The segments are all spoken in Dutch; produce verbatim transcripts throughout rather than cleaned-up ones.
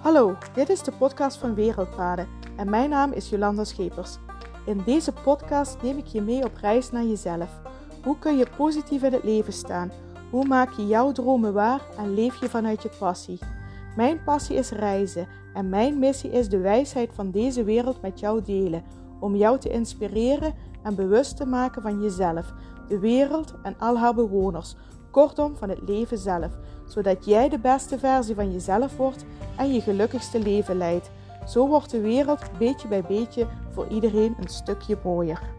Hallo, dit is de podcast van Wereldpaden en mijn naam is Jolanda Schepers. In deze podcast neem ik je mee op reis naar jezelf. Hoe kun je positief in het leven staan? Hoe maak je jouw dromen waar en leef je vanuit je passie? Mijn passie is reizen en mijn missie is de wijsheid van deze wereld met jou delen. Om jou te inspireren en bewust te maken van jezelf, de wereld en al haar bewoners. Kortom, van het leven zelf. Zodat jij de beste versie van jezelf wordt en je gelukkigste leven leidt. Zo wordt de wereld beetje bij beetje voor iedereen een stukje mooier.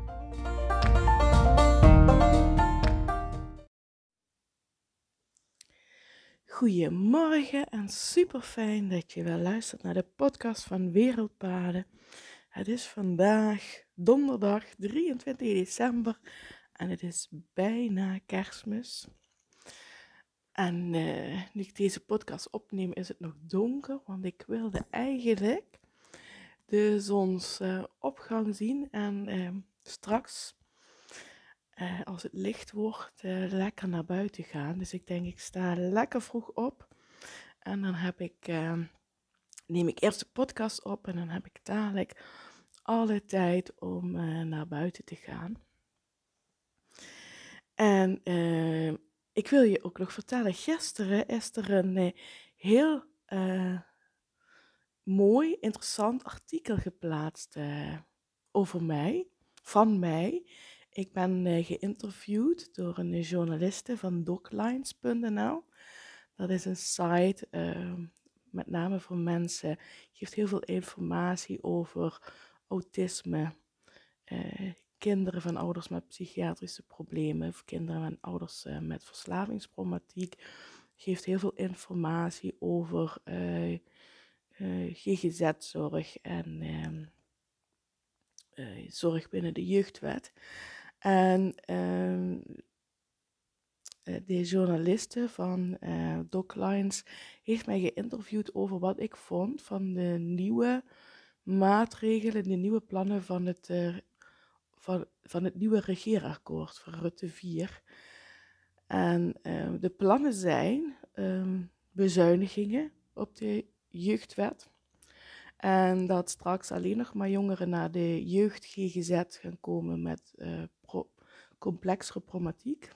Goedemorgen en super fijn dat je weer luistert naar de podcast van Wereldpaden. Het is vandaag donderdag drieëntwintig december en het is bijna Kerstmis. En uh, nu ik deze podcast opneem is het nog donker, want ik wilde eigenlijk de zonsopgang zien en uh, straks, uh, als het licht wordt, uh, lekker naar buiten gaan. Dus ik denk ik sta lekker vroeg op en dan heb ik, uh, neem ik eerst de podcast op en dan heb ik dadelijk alle tijd om uh, naar buiten te gaan. En uh, ik wil je ook nog vertellen, gisteren is er een uh, heel uh, mooi, interessant artikel geplaatst uh, over mij, van mij. Ik ben uh, geïnterviewd door een uh, journaliste van doclines punt n l. Dat is een site, uh, met name voor mensen, geeft heel veel informatie over autisme, uh, kinderen van ouders met psychiatrische problemen, of kinderen van ouders uh, met verslavingsproblematiek. Geeft heel veel informatie over uh, uh, G G Z-zorg en uh, uh, zorg binnen de jeugdwet. En uh, de journaliste van uh, doclines heeft mij geïnterviewd over wat ik vond van de nieuwe maatregelen, de nieuwe plannen van het uh, Van, van het nieuwe regeerakkoord van Rutte vier. En uh, de plannen zijn um, bezuinigingen op de jeugdwet. En dat straks alleen nog maar jongeren naar de jeugd G G Z gaan komen met uh, pro- complexere problematiek.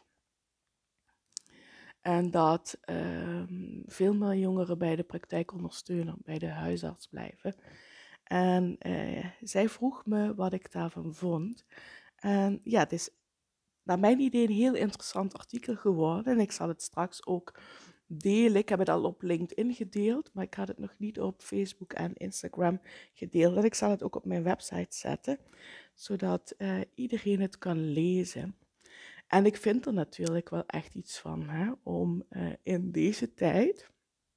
En dat uh, veel meer jongeren bij de praktijkondersteuner, bij de huisarts blijven. En uh, zij vroeg me wat ik daarvan vond. En ja, het is naar mijn idee een heel interessant artikel geworden. En ik zal het straks ook delen. Ik heb het al op LinkedIn gedeeld, maar ik had het nog niet op Facebook en Instagram gedeeld. En ik zal het ook op mijn website zetten, zodat uh, iedereen het kan lezen. En ik vind er natuurlijk wel echt iets van, hè, om uh, in deze tijd,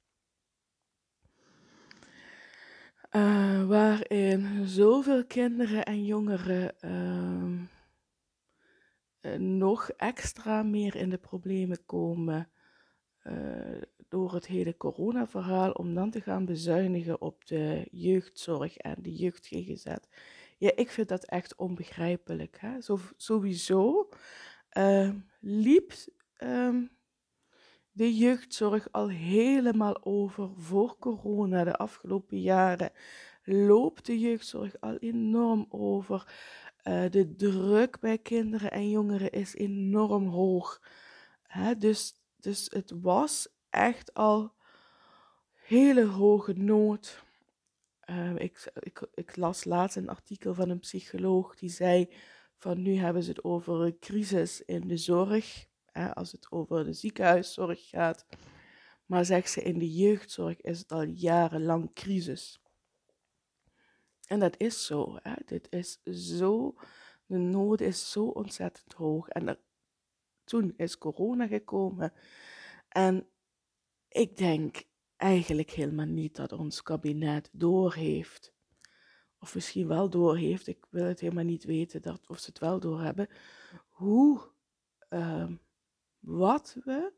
Uh, waarin zoveel kinderen en jongeren uh, uh, nog extra meer in de problemen komen uh, door het hele coronaverhaal, om dan te gaan bezuinigen op de jeugdzorg en de jeugd G G Z. Ja, ik vind dat echt onbegrijpelijk. Hè? Zo, sowieso uh, liep uh, de jeugdzorg al helemaal over voor corona. De afgelopen jaren loopt de jeugdzorg al enorm over. Uh, de druk bij kinderen en jongeren is enorm hoog. Hè? Dus, dus het was echt al hele hoge nood. Uh, ik, ik, ik las laatst een artikel van een psycholoog die zei van nu hebben ze het over een crisis in de zorg. Als het over de ziekenhuiszorg gaat. Maar zegt ze, in de jeugdzorg is het al jarenlang crisis. En dat is zo. Hè? Dit is zo, de nood is zo ontzettend hoog. En er, toen is corona gekomen. En ik denk eigenlijk helemaal niet dat ons kabinet doorheeft. Of misschien wel doorheeft. Ik wil het helemaal niet weten dat, of ze het wel doorhebben. Hoe... Uh, wat we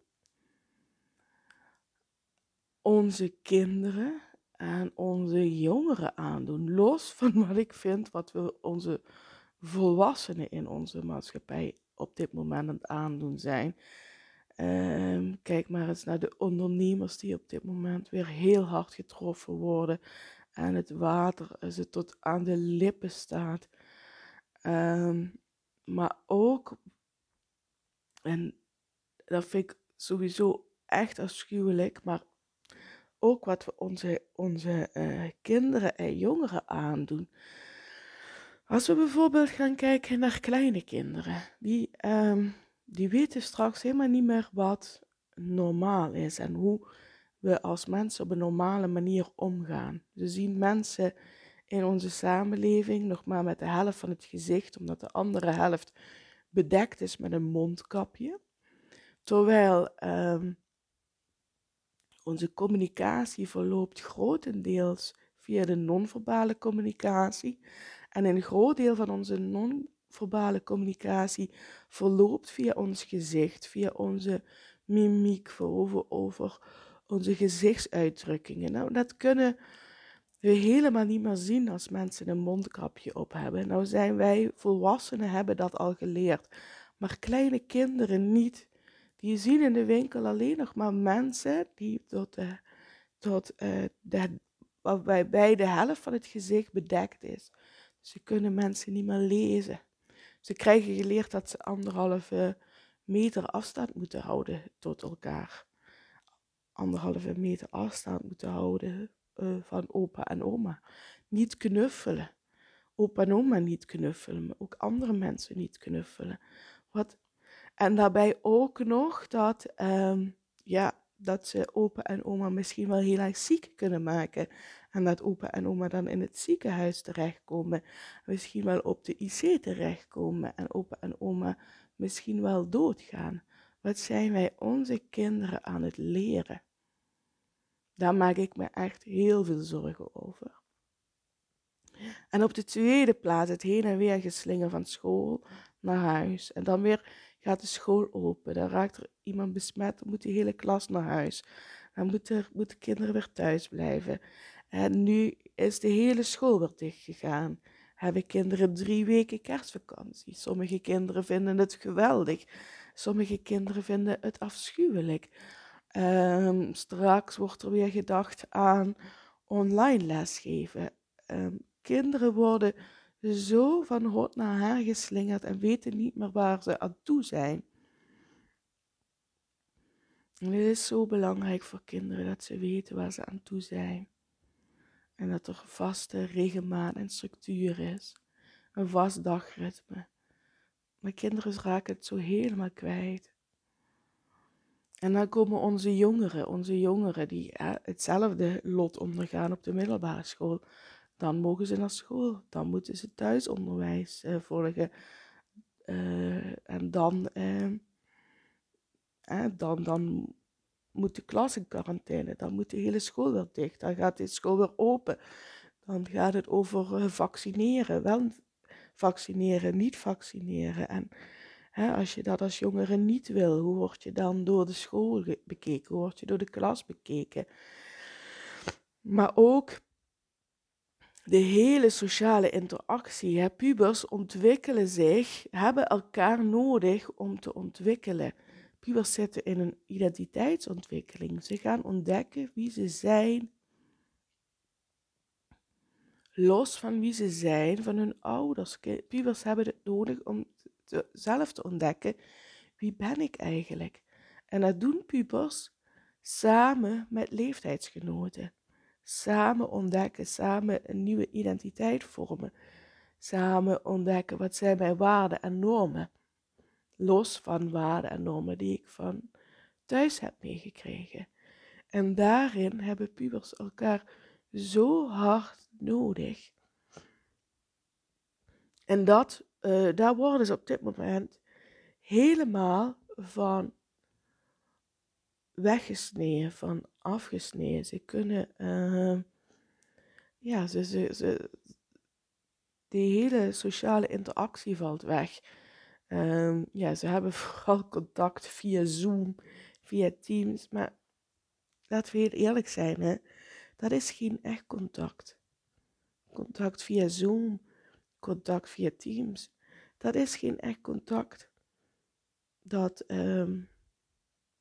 onze kinderen en onze jongeren aandoen. Los van wat ik vind wat we onze volwassenen in onze maatschappij op dit moment aan het aandoen zijn. Um, kijk maar eens naar de ondernemers die op dit moment weer heel hard getroffen worden. En het water ze tot aan de lippen staat. Um, maar ook, en dat vind ik sowieso echt afschuwelijk, maar ook wat we onze, onze uh, kinderen en jongeren aandoen. Als we bijvoorbeeld gaan kijken naar kleine kinderen, die, um, die weten straks helemaal niet meer wat normaal is en hoe we als mensen op een normale manier omgaan. We zien mensen in onze samenleving nog maar met de helft van het gezicht, omdat de andere helft bedekt is met een mondkapje. Terwijl um, onze communicatie verloopt grotendeels via de non-verbale communicatie. En een groot deel van onze non-verbale communicatie verloopt via ons gezicht, via onze mimiek, over, over onze gezichtsuitdrukkingen. Nou, dat kunnen we helemaal niet meer zien als mensen een mondkapje op hebben. Nou zijn wij volwassenen hebben dat al geleerd, maar kleine kinderen niet. Die zien in de winkel alleen nog maar mensen die tot, uh, tot uh, de, waarbij de helft van het gezicht bedekt is. Ze kunnen mensen niet meer lezen. Ze krijgen geleerd dat ze anderhalve meter afstand moeten houden tot elkaar. Anderhalve meter afstand moeten houden uh, van opa en oma. Niet knuffelen. Opa en oma niet knuffelen, maar ook andere mensen niet knuffelen. Wat En daarbij ook nog dat, um, ja, dat ze opa en oma misschien wel heel erg ziek kunnen maken. En dat opa en oma dan in het ziekenhuis terechtkomen. Misschien wel op de I C terechtkomen. En opa en oma misschien wel doodgaan. Wat zijn wij onze kinderen aan het leren? Daar maak ik me echt heel veel zorgen over. En op de tweede plaats het heen en weer geslingeren van school naar huis. En dan weer gaat de school open. Dan raakt er iemand besmet, dan moet de hele klas naar huis. Dan moeten moet de kinderen weer thuis blijven. En nu is de hele school weer dicht gegaan. Hebben kinderen drie weken kerstvakantie. Sommige kinderen vinden het geweldig. Sommige kinderen vinden het afschuwelijk. Um, straks wordt er weer gedacht aan online lesgeven. Um, kinderen worden zo van hot naar her geslingerd en weten niet meer waar ze aan toe zijn. En het is zo belangrijk voor kinderen dat ze weten waar ze aan toe zijn. En dat er vaste regelmaat en structuur is. Een vast dagritme. Maar kinderen raken het zo helemaal kwijt. En dan komen onze jongeren, onze jongeren die hè, hetzelfde lot ondergaan op de middelbare school. Dan mogen ze naar school, dan moeten ze thuisonderwijs uh, volgen. Uh, en dan, uh, eh, dan, dan moet de klas in quarantaine, dan moet de hele school weer dicht, dan gaat de school weer open. Dan gaat het over uh, vaccineren, wel vaccineren, niet vaccineren. En hè, als je dat als jongere niet wil, hoe word je dan door de school bekeken, hoe word je door de klas bekeken? Maar ook de hele sociale interactie. Hè? Pubers ontwikkelen zich, hebben elkaar nodig om te ontwikkelen. Pubers zitten in een identiteitsontwikkeling. Ze gaan ontdekken wie ze zijn, los van wie ze zijn van hun ouders. Pubers hebben het nodig om te, zelf te ontdekken, wie ben ik eigenlijk? En dat doen pubers samen met leeftijdsgenoten. Samen ontdekken, samen een nieuwe identiteit vormen. Samen ontdekken wat zijn mijn waarden en normen. Los van waarden en normen die ik van thuis heb meegekregen. En daarin hebben pubers elkaar zo hard nodig. En dat, uh, daar worden ze op dit moment helemaal van weggesneden, van afgesneden. Ze kunnen, uh, ja, ze, ze, ze, die hele sociale interactie valt weg. Um, ja, ze hebben vooral contact via Zoom, via Teams, maar laten we heel eerlijk zijn, hè? Dat is geen echt contact. Contact via Zoom, contact via Teams, dat is geen echt contact. Dat, um,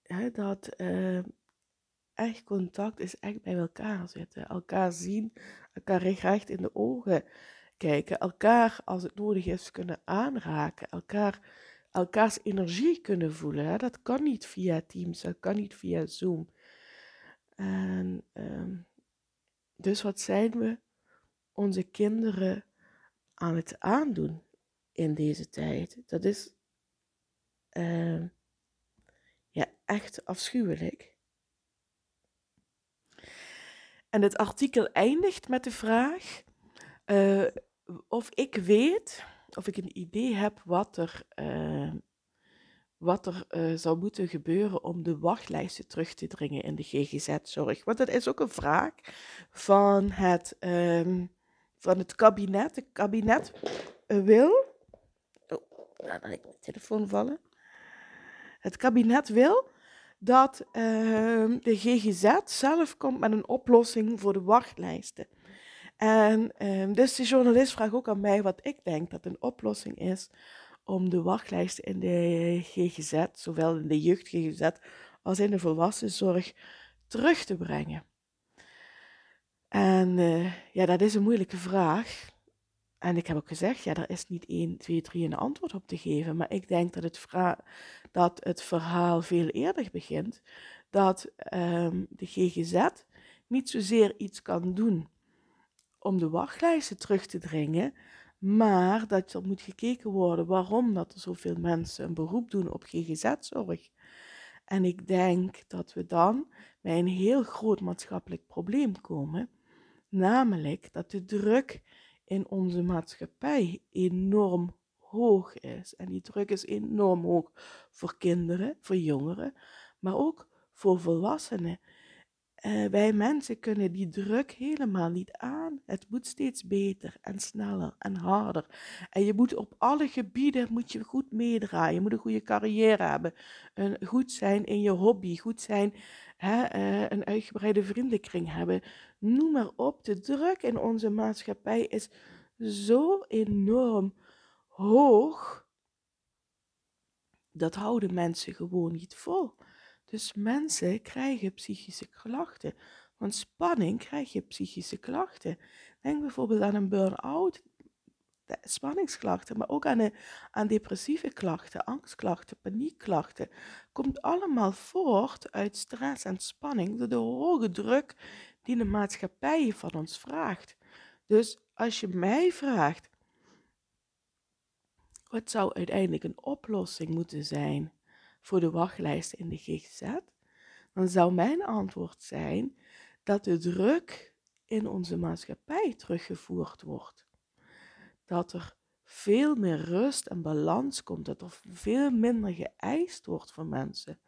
hè, dat eh, echt contact is echt bij elkaar zitten. Elkaar zien, elkaar recht in de ogen kijken. Elkaar, als het nodig is, kunnen aanraken. Elkaar, elkaars energie kunnen voelen. Hè. Dat kan niet via Teams, dat kan niet via Zoom. En ehm, dus wat zijn we onze kinderen aan het aandoen in deze tijd? Dat is ehm, ja, echt afschuwelijk. En het artikel eindigt met de vraag uh, of ik weet, of ik een idee heb wat er, uh, wat er uh, zou moeten gebeuren om de wachtlijsten terug te dringen in de G G Z-zorg. Want dat is ook een vraag van het, um, van het kabinet. Het kabinet uh, wil... Oh, laat ik de telefoon vallen. Het kabinet wil dat uh, de G G Z zelf komt met een oplossing voor de wachtlijsten. En uh, dus de journalist vraagt ook aan mij wat ik denk dat een oplossing is om de wachtlijsten in de G G Z, zowel in de jeugd-G G Z als in de volwassenzorg, terug te brengen. En uh, ja, dat is een moeilijke vraag. En ik heb ook gezegd, ja, er is niet één, twee, drie een antwoord op te geven. Maar ik denk dat het, vra- dat het verhaal veel eerder begint. Dat um, de G G Z niet zozeer iets kan doen om de wachtlijsten terug te dringen, maar dat er moet gekeken worden waarom dat er zoveel mensen een beroep doen op G G Z-zorg. En ik denk dat we dan bij een heel groot maatschappelijk probleem komen, namelijk dat de druk in onze maatschappij enorm hoog is. En die druk is enorm hoog voor kinderen, voor jongeren, maar ook voor volwassenen. Uh, wij mensen kunnen die druk helemaal niet aan. Het moet steeds beter en sneller en harder. En je moet op alle gebieden moet je goed meedraaien. Je moet een goede carrière hebben. Een, goed zijn in je hobby. Goed zijn, hè, uh, een uitgebreide vriendenkring hebben. Noem maar op. De druk in onze maatschappij is zo enorm hoog. Dat houden mensen gewoon niet vol. Dus mensen krijgen psychische klachten. Van spanning krijg je psychische klachten. Denk bijvoorbeeld aan een burn-out, spanningsklachten, maar ook aan, een, aan depressieve klachten, angstklachten, paniekklachten. Komt allemaal voort uit stress en spanning door de hoge druk die de maatschappij van ons vraagt. Dus als je mij vraagt, wat zou uiteindelijk een oplossing moeten zijn voor de wachtlijsten in de G G Z? Dan zou mijn antwoord zijn dat de druk in onze maatschappij teruggevoerd wordt. Dat er veel meer rust en balans komt, dat er veel minder geëist wordt van mensen.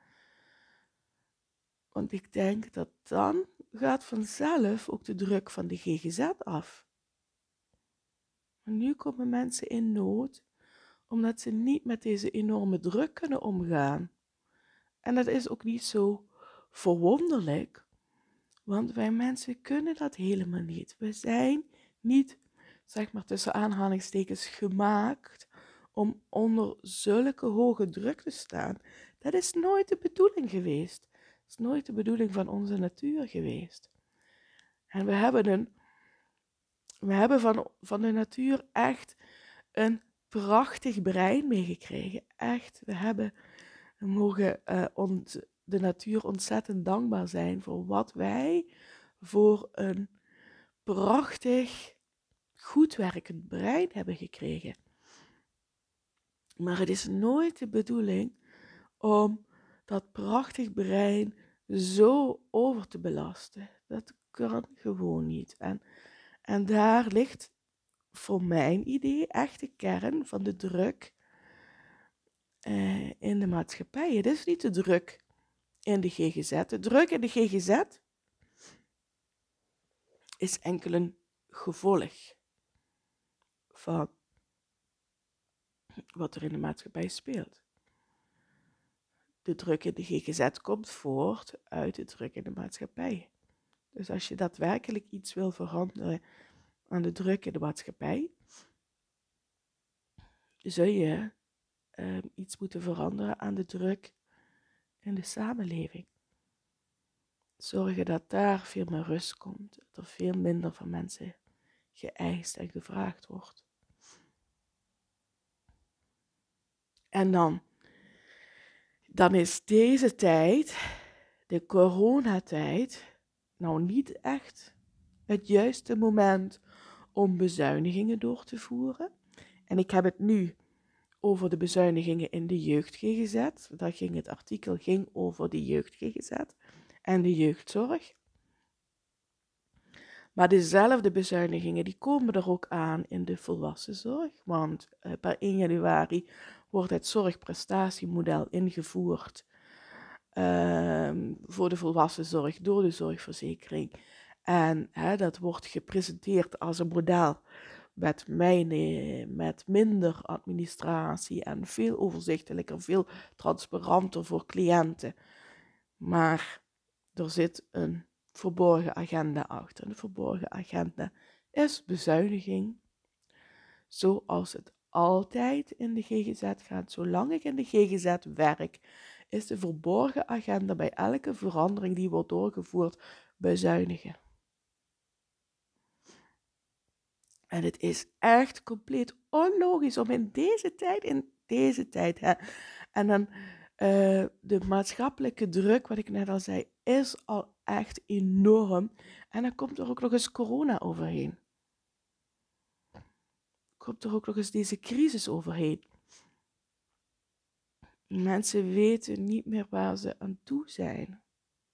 Want ik denk dat dan gaat vanzelf ook de druk van de G G Z af. Maar nu komen mensen in nood, omdat ze niet met deze enorme druk kunnen omgaan. En dat is ook niet zo verwonderlijk, want wij mensen kunnen dat helemaal niet. We zijn niet, zeg maar tussen aanhalingstekens, gemaakt om onder zulke hoge druk te staan. Dat is nooit de bedoeling geweest. Dat is nooit de bedoeling van onze natuur geweest. En we hebben, een, we hebben van, van de natuur echt een prachtig brein meegekregen. Echt, we hebben, we mogen uh, ons, de natuur ontzettend dankbaar zijn voor wat wij voor een prachtig, goed werkend brein hebben gekregen. Maar het is nooit de bedoeling om dat prachtig brein zo over te belasten. Dat kan gewoon niet. En, en daar ligt voor mijn idee echt de kern van de druk uh, in de maatschappij. Het is niet de druk in de G G Z. De druk in de G G Z is enkel een gevolg van wat er in de maatschappij speelt. De druk in de G G Z komt voort uit de druk in de maatschappij. Dus als je daadwerkelijk iets wil veranderen aan de druk in de maatschappij, zul je uh, iets moeten veranderen aan de druk in de samenleving. Zorgen dat daar veel meer rust komt. Dat er veel minder van mensen geëist en gevraagd wordt. En dan, dan is deze tijd, de coronatijd, nou niet echt het juiste moment om bezuinigingen door te voeren. En ik heb het nu over de bezuinigingen in de jeugd-G G Z. Daar ging het artikel ging over de jeugd-G G Z en de jeugdzorg. Maar dezelfde bezuinigingen die komen er ook aan in de volwassenzorg. Want uh, per één januari wordt het zorgprestatiemodel ingevoerd uh, voor de volwassenzorg door de zorgverzekering. En hè, dat wordt gepresenteerd als een model met, mijn, met minder administratie en veel overzichtelijker, veel transparanter voor cliënten. Maar er zit een verborgen agenda achter. De verborgen agenda is bezuiniging, zoals het altijd in de G G Z gaat. Zolang ik in de G G Z werk, is de verborgen agenda bij elke verandering die wordt doorgevoerd bezuinigen. En het is echt compleet onlogisch om in deze tijd, in deze tijd, hè, en dan uh, de maatschappelijke druk, wat ik net al zei, is al echt enorm. En dan komt er ook nog eens corona overheen. Komt er ook nog eens deze crisis overheen. Mensen weten niet meer waar ze aan toe zijn.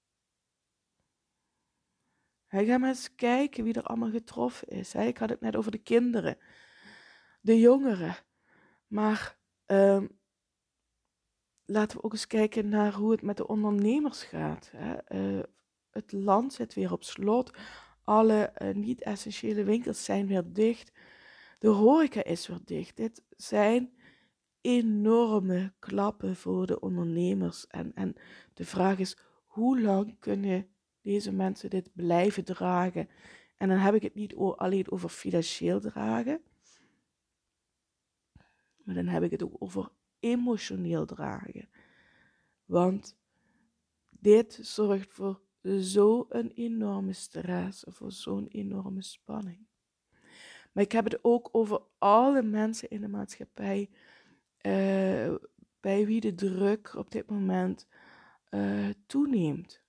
Hij gaat maar eens kijken wie er allemaal getroffen is. Hè. Ik had het net over de kinderen, de jongeren. Maar uh, laten we ook eens kijken naar hoe het met de ondernemers gaat. Hè. Uh, het land zit weer op slot. Alle uh, niet-essentiële winkels zijn weer dicht. De horeca is weer dicht. Dit zijn enorme klappen voor de ondernemers. En, en de vraag is, hoe lang kunnen deze mensen dit blijven dragen? En dan heb ik het niet alleen over financieel dragen, maar dan heb ik het ook over emotioneel dragen. Want dit zorgt voor zo'n enorme stress, voor zo'n enorme spanning. Maar ik heb het ook over alle mensen in de maatschappij, uh, bij wie de druk op dit moment uh, toeneemt.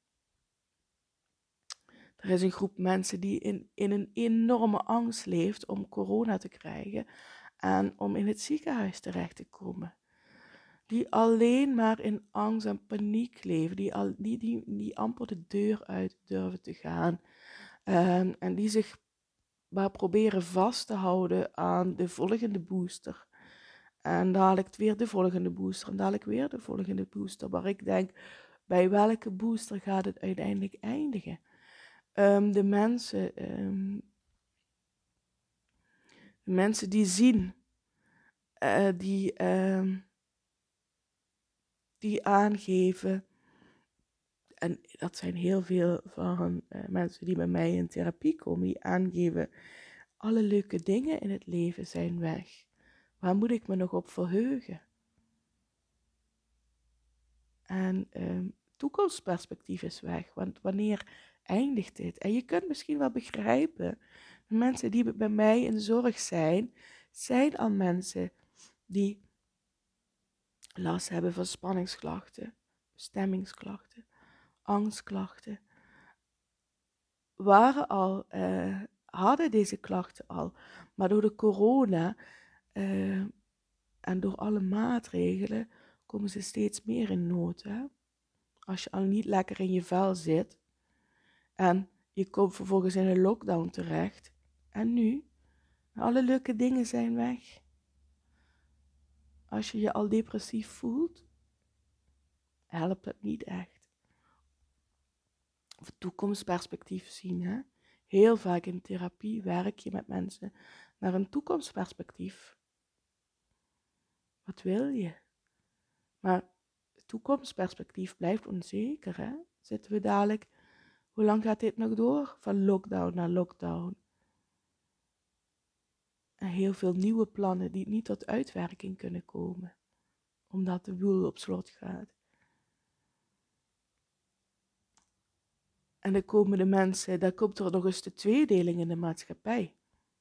Er is een groep mensen die in, in een enorme angst leeft om corona te krijgen en om in het ziekenhuis terecht te komen. Die alleen maar in angst en paniek leven, die, al, die, die, die amper de deur uit durven te gaan. Um, en die zich maar proberen vast te houden aan de volgende booster. En dadelijk weer de volgende booster en dadelijk weer de volgende booster. Maar ik denk, bij welke booster gaat het uiteindelijk eindigen? Um, de mensen, um, de mensen die zien, uh, die, um, die aangeven, en dat zijn heel veel van uh, mensen die bij mij in therapie komen, die aangeven, alle leuke dingen in het leven zijn weg. Waar moet ik me nog op verheugen? En um, toekomstperspectief is weg, want wanneer eindigt dit? En je kunt misschien wel begrijpen, de mensen die bij mij in zorg zijn, zijn al mensen die last hebben van spanningsklachten, stemmingsklachten, angstklachten. Waren al, uh, hadden deze klachten al, maar door de corona uh, en door alle maatregelen komen ze steeds meer in nood. Hè? Als je al niet lekker in je vel zit en je komt vervolgens in een lockdown terecht. En nu? Alle leuke dingen zijn weg. Als je je al depressief voelt, helpt het niet echt. Of toekomstperspectief zien. Hè? Heel vaak in therapie werk je met mensen naar een toekomstperspectief. Wat wil je? Maar het toekomstperspectief blijft onzeker. Hè? Zitten we dadelijk, hoe lang gaat dit nog door? Van lockdown naar lockdown. En heel veel nieuwe plannen die niet tot uitwerking kunnen komen. Omdat de boel op slot gaat. En de komende mensen, daar komt er nog eens de tweedeling in de maatschappij.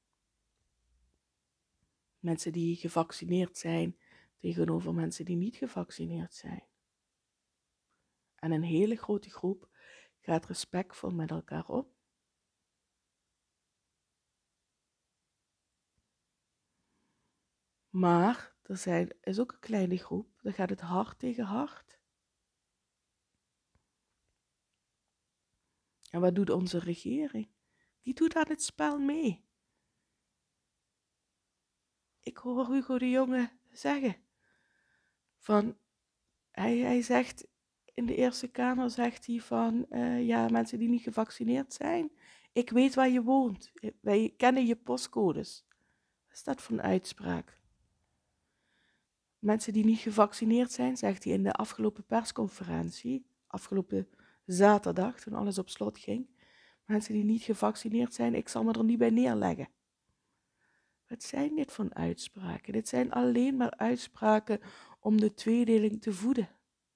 Mensen die gevaccineerd zijn tegenover mensen die niet gevaccineerd zijn. En een hele grote groep gaat respectvol met elkaar om. Maar er zijn, is ook een kleine groep, daar gaat het hard tegen hard. En wat doet onze regering? Die doet aan het spel mee. Ik hoor Hugo de Jonge zeggen, van, hij, hij zegt, in de Eerste Kamer zegt hij van, uh, ja, mensen die niet gevaccineerd zijn, ik weet waar je woont, wij kennen je postcodes. Wat is dat voor een uitspraak? Mensen die niet gevaccineerd zijn, zegt hij in de afgelopen persconferentie, afgelopen zaterdag, toen alles op slot ging, mensen die niet gevaccineerd zijn, ik zal me er niet bij neerleggen. Wat zijn dit voor uitspraken? Dit zijn alleen maar uitspraken om de tweedeling te voeden.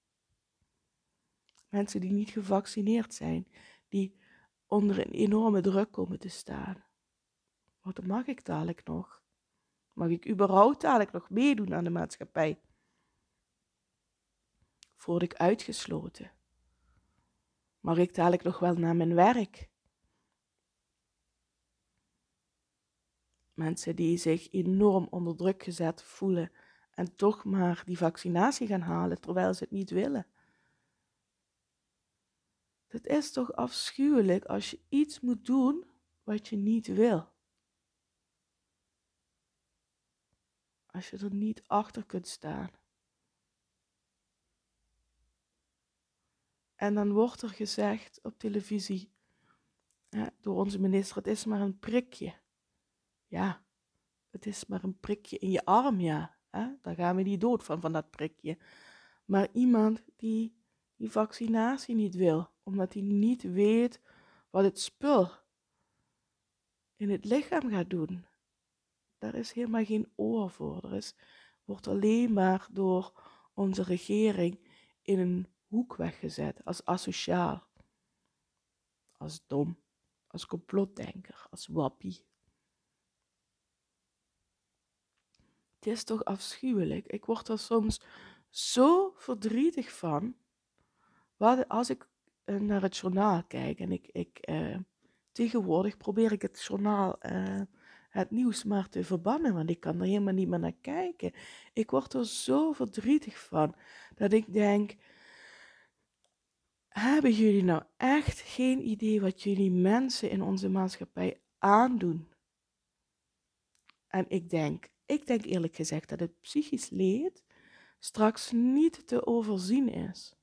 Mensen die niet gevaccineerd zijn, die onder een enorme druk komen te staan. Wat mag ik dadelijk nog? Mag ik überhaupt dadelijk nog meedoen aan de maatschappij? Word ik uitgesloten? Mag ik dadelijk nog wel naar mijn werk? Mensen die zich enorm onder druk gezet voelen en toch maar die vaccinatie gaan halen terwijl ze het niet willen. Het is toch afschuwelijk als je iets moet doen wat je niet wil. Als je er niet achter kunt staan. En dan wordt er gezegd op televisie, hè, door onze minister, het is maar een prikje. Ja, het is maar een prikje in je arm, ja. Hè? Daar gaan we niet dood van, van dat prikje. Maar iemand die die vaccinatie niet wil, omdat hij niet weet wat het spul in het lichaam gaat doen. Daar is helemaal geen oor voor. Er is, wordt alleen maar door onze regering in een hoek weggezet, als asociaal, als dom, als complotdenker, als wappie. Het is toch afschuwelijk. Ik word er soms zo verdrietig van, wat, als ik uh, naar het journaal kijk en ik, ik uh, tegenwoordig probeer ik het journaal, uh, het nieuws maar te verbannen, want ik kan er helemaal niet meer naar kijken. Ik word er zo verdrietig van, dat ik denk, hebben jullie nou echt geen idee wat jullie mensen in onze maatschappij aandoen? En ik denk, ik denk eerlijk gezegd dat het psychisch leed straks niet te overzien is.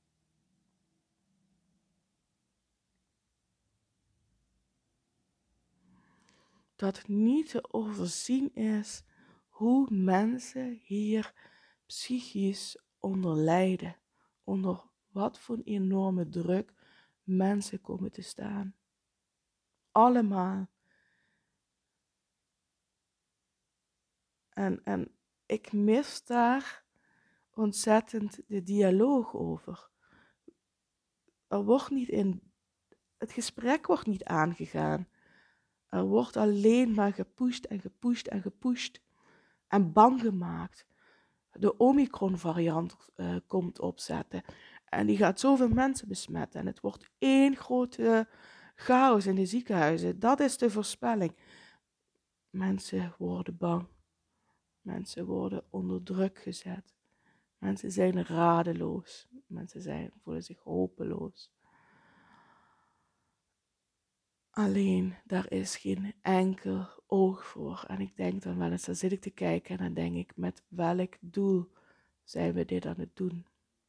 Dat niet te overzien is hoe mensen hier psychisch onder lijden, onder wat voor een enorme druk mensen komen te staan. Allemaal. En, en ik mis daar ontzettend de dialoog over. Er wordt niet in, het gesprek wordt niet aangegaan. Er wordt alleen maar gepusht en gepusht en gepusht en bang gemaakt. De Omicron-variant uh, komt opzetten en die gaat zoveel mensen besmetten en het wordt één grote chaos in de ziekenhuizen. Dat is de voorspelling. Mensen worden bang. Mensen worden onder druk gezet. Mensen zijn radeloos. Mensen zijn, voelen zich hopeloos. Alleen, daar is geen enkel oog voor. En ik denk dan wel eens, dan zit ik te kijken en dan denk ik, met welk doel zijn we dit aan het doen?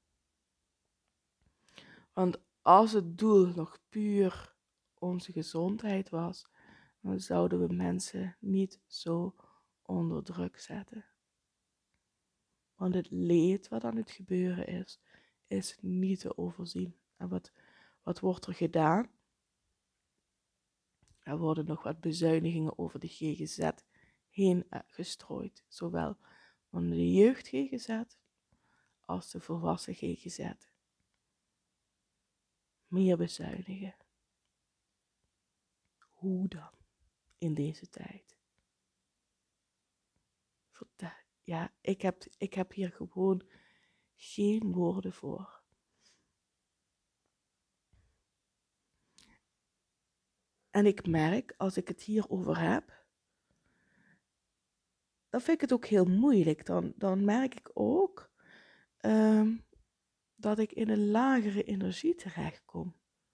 Want als het doel nog puur onze gezondheid was, dan zouden we mensen niet zo onder druk zetten. Want het leed wat aan het gebeuren is, is niet te overzien. En wat, wat wordt er gedaan? Er worden nog wat bezuinigingen over de G G Z heen gestrooid. Zowel van de jeugd G G Z als de volwassen G G Z. Meer bezuinigen. hoe dan in deze tijd? Vertel. Ja, ik heb, ik heb hier gewoon geen woorden voor. En ik merk, als ik het hierover heb, dan vind ik het ook heel moeilijk. Dan, dan merk ik ook um, dat ik in een lagere energie terechtkom.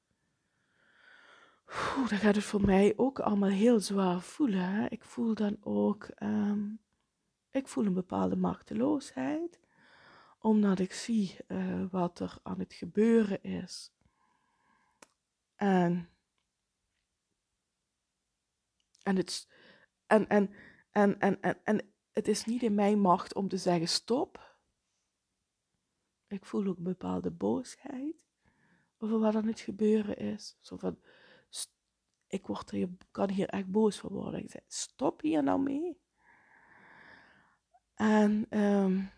Oeh, dan gaat het voor mij ook allemaal heel zwaar voelen. Hè? Ik voel dan ook, um, ik voel een bepaalde machteloosheid. Omdat ik zie uh, wat er aan het gebeuren is. En, en, het, en, en, en, en, en, en het is niet in mijn macht om te zeggen stop. Ik voel ook een bepaalde boosheid over wat aan het gebeuren is. Zo van, st- ik word hier, kan hier echt boos van worden. Ik zeg, stop hier nou mee. En um,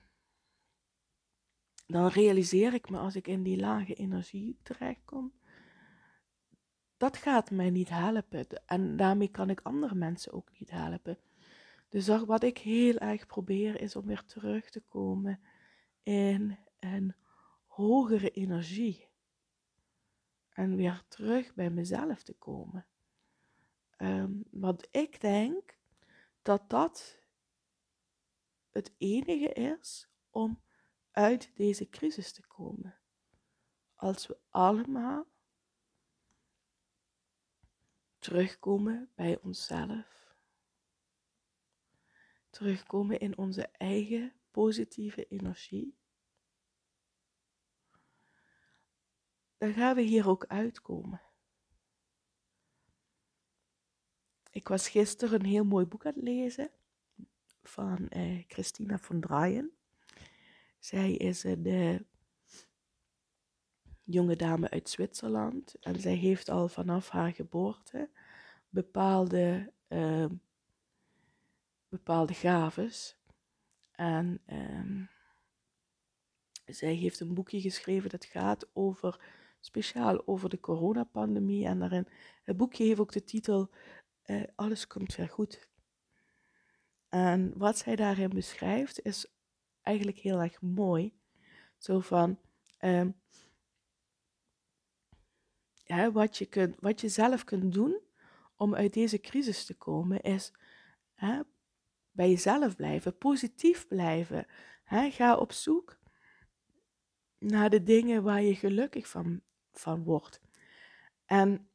dan realiseer ik me als ik in die lage energie terechtkom, dat gaat mij niet helpen. En daarmee kan ik andere mensen ook niet helpen. Dus wat ik heel erg probeer is om weer terug te komen in een hogere energie. En weer terug bij mezelf te komen. Um, want ik denk dat dat het enige is om uit deze crisis te komen. Als we allemaal terugkomen bij onszelf. Terugkomen in onze eigen positieve energie. Dan gaan we hier ook uitkomen. Ik was gisteren een heel mooi boek aan het lezen van eh, Christina von Dreien. Zij is een uh, jonge dame uit Zwitserland en zij heeft al vanaf haar geboorte bepaalde, uh, bepaalde gaves. En uh, zij heeft een boekje geschreven dat gaat over, speciaal over de coronapandemie. En daarin, het boekje heeft ook de titel uh, Alles komt weer goed. En wat zij daarin beschrijft is eigenlijk heel erg mooi. Zo van, um, ja, wat, je kunt, wat je zelf kunt doen om uit deze crisis te komen is hè, bij jezelf blijven, positief blijven. Hè, ga op zoek naar de dingen waar je gelukkig van, van wordt. En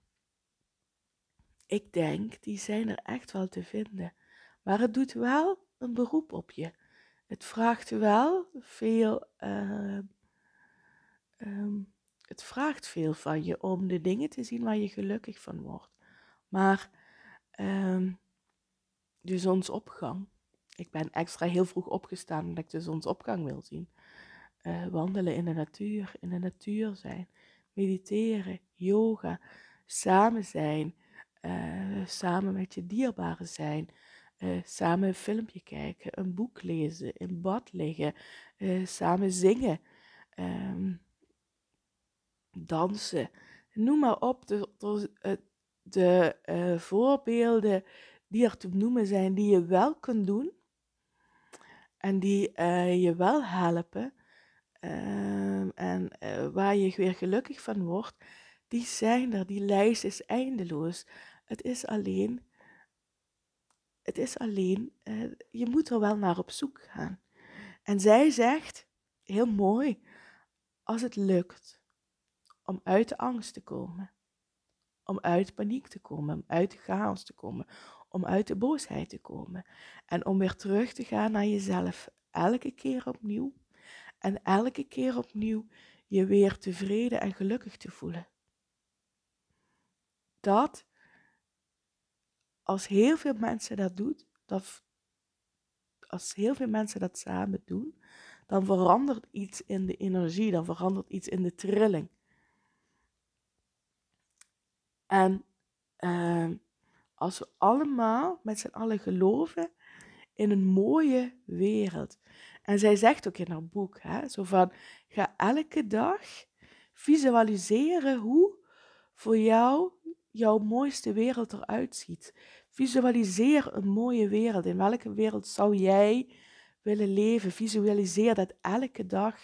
ik denk, die zijn er echt wel te vinden. Maar het doet wel een beroep op je. Het vraagt wel veel, uh, um, het vraagt veel van je om de dingen te zien waar je gelukkig van wordt. Maar um, de zonsopgang. Ik ben extra heel vroeg opgestaan omdat ik de zonsopgang wil zien. Uh, wandelen in de natuur, in de natuur zijn. Mediteren, yoga, samen zijn. Uh, samen met je dierbaren zijn. Uh, samen een filmpje kijken, een boek lezen, in bad liggen. Uh, samen zingen. Um, dansen. Noem maar op. De, de, de uh, voorbeelden die er te noemen zijn, die je wel kunt doen en die uh, je wel helpen uh, en uh, waar je weer gelukkig van wordt, die zijn er. Die lijst is eindeloos. Het is alleen, het is alleen, uh, je moet er wel naar op zoek gaan. En zij zegt, heel mooi, als het lukt om uit de angst te komen, om uit paniek te komen, om uit de chaos te komen, om uit de boosheid te komen. En om weer terug te gaan naar jezelf, elke keer opnieuw. En elke keer opnieuw je weer tevreden en gelukkig te voelen. Dat, als heel veel mensen dat doen, dat, als heel veel mensen dat samen doen, dan verandert iets in de energie, dan verandert iets in de trilling. En uh, als we allemaal met z'n allen geloven in een mooie wereld. En zij zegt ook in haar boek, hè, zo van, ga elke dag visualiseren hoe voor jou jouw mooiste wereld eruit ziet. Visualiseer een mooie wereld. In welke wereld zou jij willen leven? Visualiseer dat elke dag.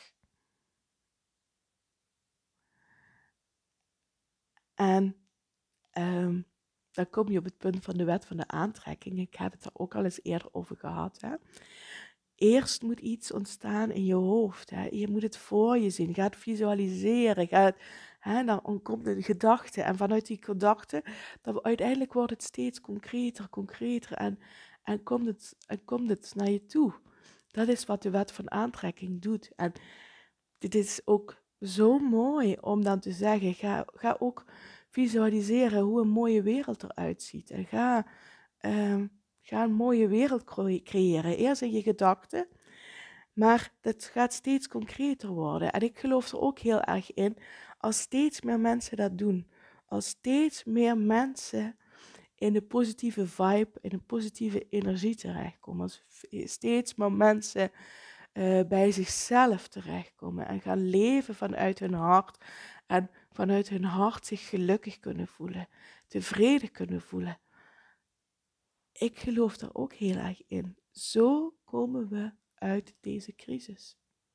En um, dan kom je op het punt van de wet van de aantrekking. Ik heb het er ook al eens eerder over gehad. Hè? Eerst moet iets ontstaan in je hoofd. Hè? Je moet het voor je zien. Ga het visualiseren. Ga het, hè? Dan komt een gedachte. En vanuit die gedachte, dan uiteindelijk wordt het steeds concreter, concreter. En, en, komt het, en komt het naar je toe. Dat is wat de wet van aantrekking doet. En dit is ook zo mooi om dan te zeggen. Ga, ga ook visualiseren hoe een mooie wereld eruit ziet. En ga... Um, Ga een mooie wereld creëren. Eerst in je gedachten, maar dat gaat steeds concreter worden. En ik geloof er ook heel erg in, als steeds meer mensen dat doen. Als steeds meer mensen in de positieve vibe, in een positieve energie terechtkomen. Als steeds meer mensen uh, bij zichzelf terechtkomen en gaan leven vanuit hun hart. En vanuit hun hart zich gelukkig kunnen voelen, tevreden kunnen voelen. Ik geloof daar ook heel erg in. Zo komen we uit deze crisis.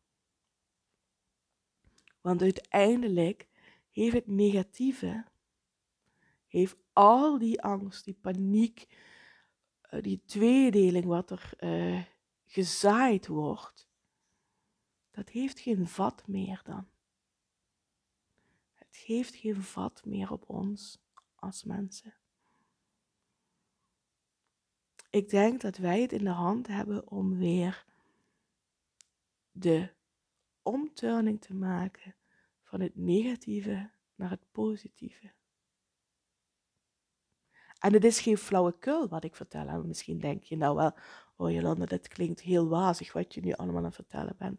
Want uiteindelijk heeft het negatieve, heeft al die angst, die paniek, die tweedeling wat er uh, gezaaid wordt, dat heeft geen vat meer dan. Het heeft geen vat meer op ons als mensen. Ik denk dat wij het in de hand hebben om weer de omturning te maken van het negatieve naar het positieve. En het is geen flauwekul wat ik vertel. En misschien denk je nou wel, oh Jolanda, dat klinkt heel wazig wat je nu allemaal aan het vertellen bent.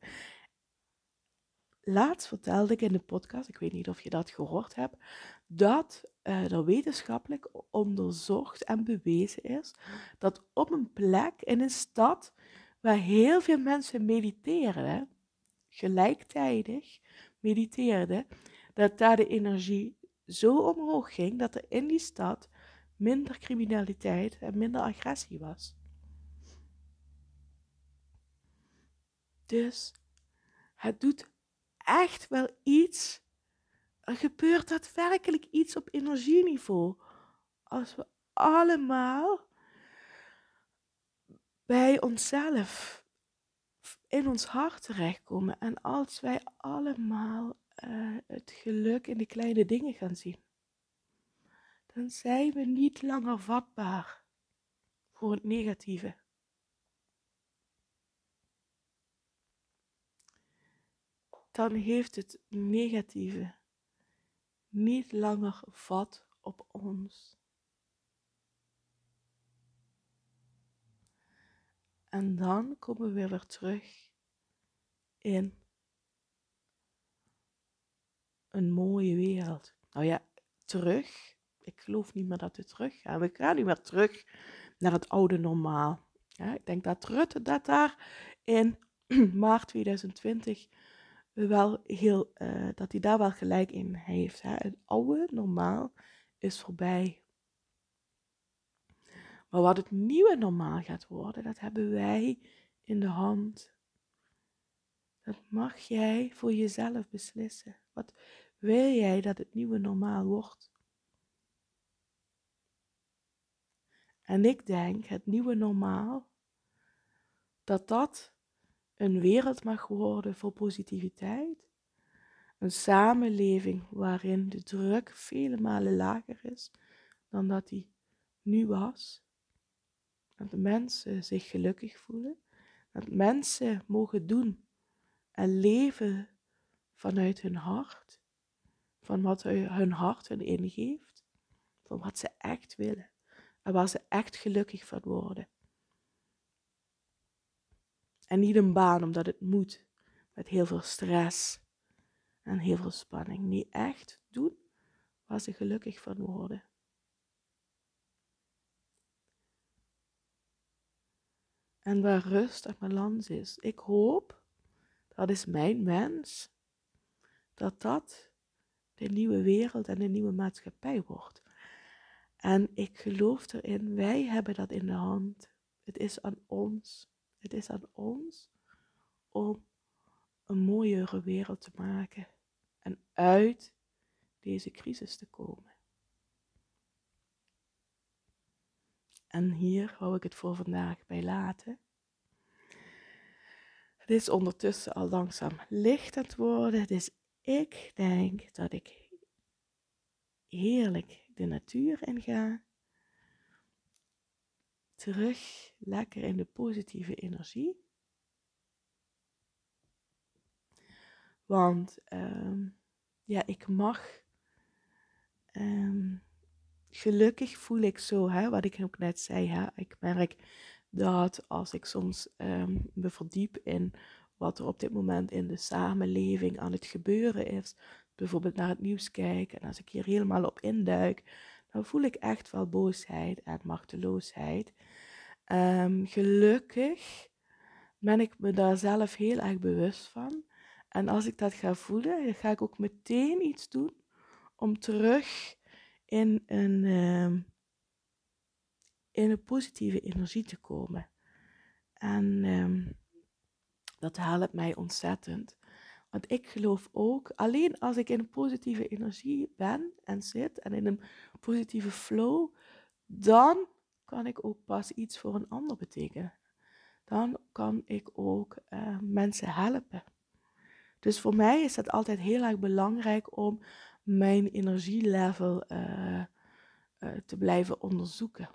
Laatst vertelde ik in de podcast, ik weet niet of je dat gehoord hebt, dat uh, er wetenschappelijk onderzocht en bewezen is dat op een plek in een stad waar heel veel mensen mediteren, gelijktijdig mediteerden, dat daar de energie zo omhoog ging dat er in die stad minder criminaliteit en minder agressie was. Dus het doet echt wel iets. Er gebeurt daadwerkelijk iets op energieniveau. Als we allemaal bij onszelf in ons hart terechtkomen. En als wij allemaal uh, het geluk in de kleine dingen gaan zien. Dan zijn we niet langer vatbaar voor het negatieve. Dan heeft het negatieve niet langer vat op ons. En dan komen we weer terug in een mooie wereld. Nou ja, terug. Ik geloof niet meer dat we terug gaan. We gaan niet meer terug naar het oude normaal. Ja, ik denk dat Rutte dat daar in maart tweeduizend twintig wel heel, uh, dat hij daar wel gelijk in heeft. Hè. Het oude normaal is voorbij. Maar wat het nieuwe normaal gaat worden, dat hebben wij in de hand. Dat mag jij voor jezelf beslissen. Wat wil jij dat het nieuwe normaal wordt? En ik denk, het nieuwe normaal, dat dat een wereld mag worden voor positiviteit. Een samenleving waarin de druk vele malen lager is dan dat die nu was. Dat de mensen zich gelukkig voelen. Dat mensen mogen doen en leven vanuit hun hart. Van wat hun hart hun ingeeft. Van wat ze echt willen. En waar ze echt gelukkig van worden. En niet een baan omdat het moet. Met heel veel stress. En heel veel spanning. Niet echt doen waar ze gelukkig van worden. En waar rust en balans is. Ik hoop, dat is mijn wens, dat dat de nieuwe wereld en de nieuwe maatschappij wordt. En ik geloof erin, wij hebben dat in de hand. Het is aan ons. Het is aan ons om een mooiere wereld te maken. En uit deze crisis te komen. En hier hou ik het voor vandaag bij laten. Het is ondertussen al langzaam licht aan het worden. Dus ik denk dat ik heerlijk de natuur in ga. Terug lekker in de positieve energie. Want um, ja, ik mag, um, gelukkig voel ik zo, hè, wat ik ook net zei, hè, ik merk dat als ik soms um, me verdiep in wat er op dit moment in de samenleving aan het gebeuren is, bijvoorbeeld naar het nieuws kijk en als ik hier helemaal op induik, dan voel ik echt wel boosheid en machteloosheid. Um, gelukkig ben ik me daar zelf heel erg bewust van. En als ik dat ga voelen, dan ga ik ook meteen iets doen om terug in een, um, in een positieve energie te komen. En um, dat helpt mij ontzettend. Want ik geloof ook, alleen als ik in een positieve energie ben en zit en in een positieve flow, dan kan ik ook pas iets voor een ander betekenen. Dan kan ik ook uh, mensen helpen. Dus voor mij is het altijd heel erg belangrijk om mijn energielevel uh, uh, te blijven onderzoeken.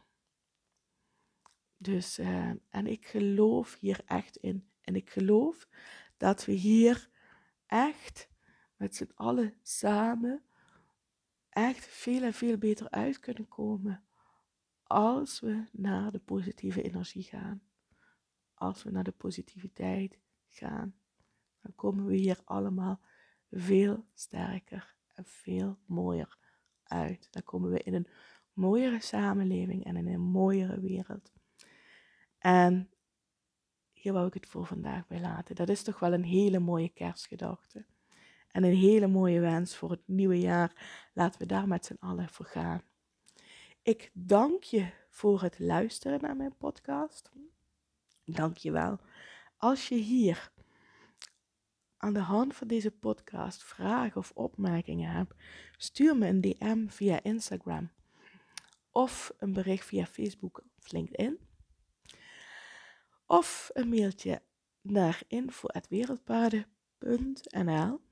Dus, uh, en ik geloof hier echt in. En ik geloof dat we hier echt met z'n allen samen echt veel en veel beter uit kunnen komen. Als we naar de positieve energie gaan. Als we naar de positiviteit gaan. Dan komen we hier allemaal veel sterker en veel mooier uit. Dan komen we in een mooiere samenleving en in een mooiere wereld. En hier wou ik het voor vandaag bij laten. Dat is toch wel een hele mooie kerstgedachte. En een hele mooie wens voor het nieuwe jaar. Laten we daar met z'n allen voor gaan. Ik dank je voor het luisteren naar mijn podcast. Dank je wel. Als je hier aan de hand van deze podcast vragen of opmerkingen hebt, stuur me een D M via Instagram of een bericht via Facebook of LinkedIn. Of een mailtje naar info at wereldpaden punt n l.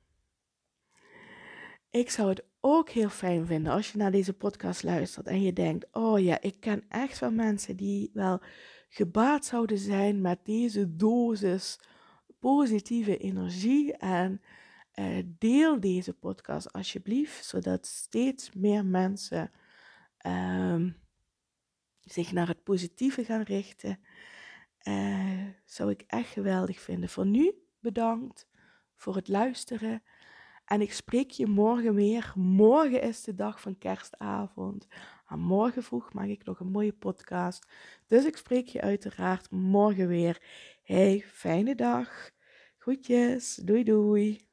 Ik zou het ook heel fijn vinden als je naar deze podcast luistert en je denkt, oh ja, ik ken echt wel mensen die wel gebaat zouden zijn met deze dosis positieve energie en uh, deel deze podcast alsjeblieft, zodat steeds meer mensen uh, zich naar het positieve gaan richten. Uh, zou ik echt geweldig vinden. Voor nu bedankt voor het luisteren. En ik spreek je morgen weer. Morgen is de dag van kerstavond. En morgen vroeg maak ik nog een mooie podcast. Dus ik spreek je uiteraard morgen weer. Hey, fijne dag. Groetjes. Doei doei.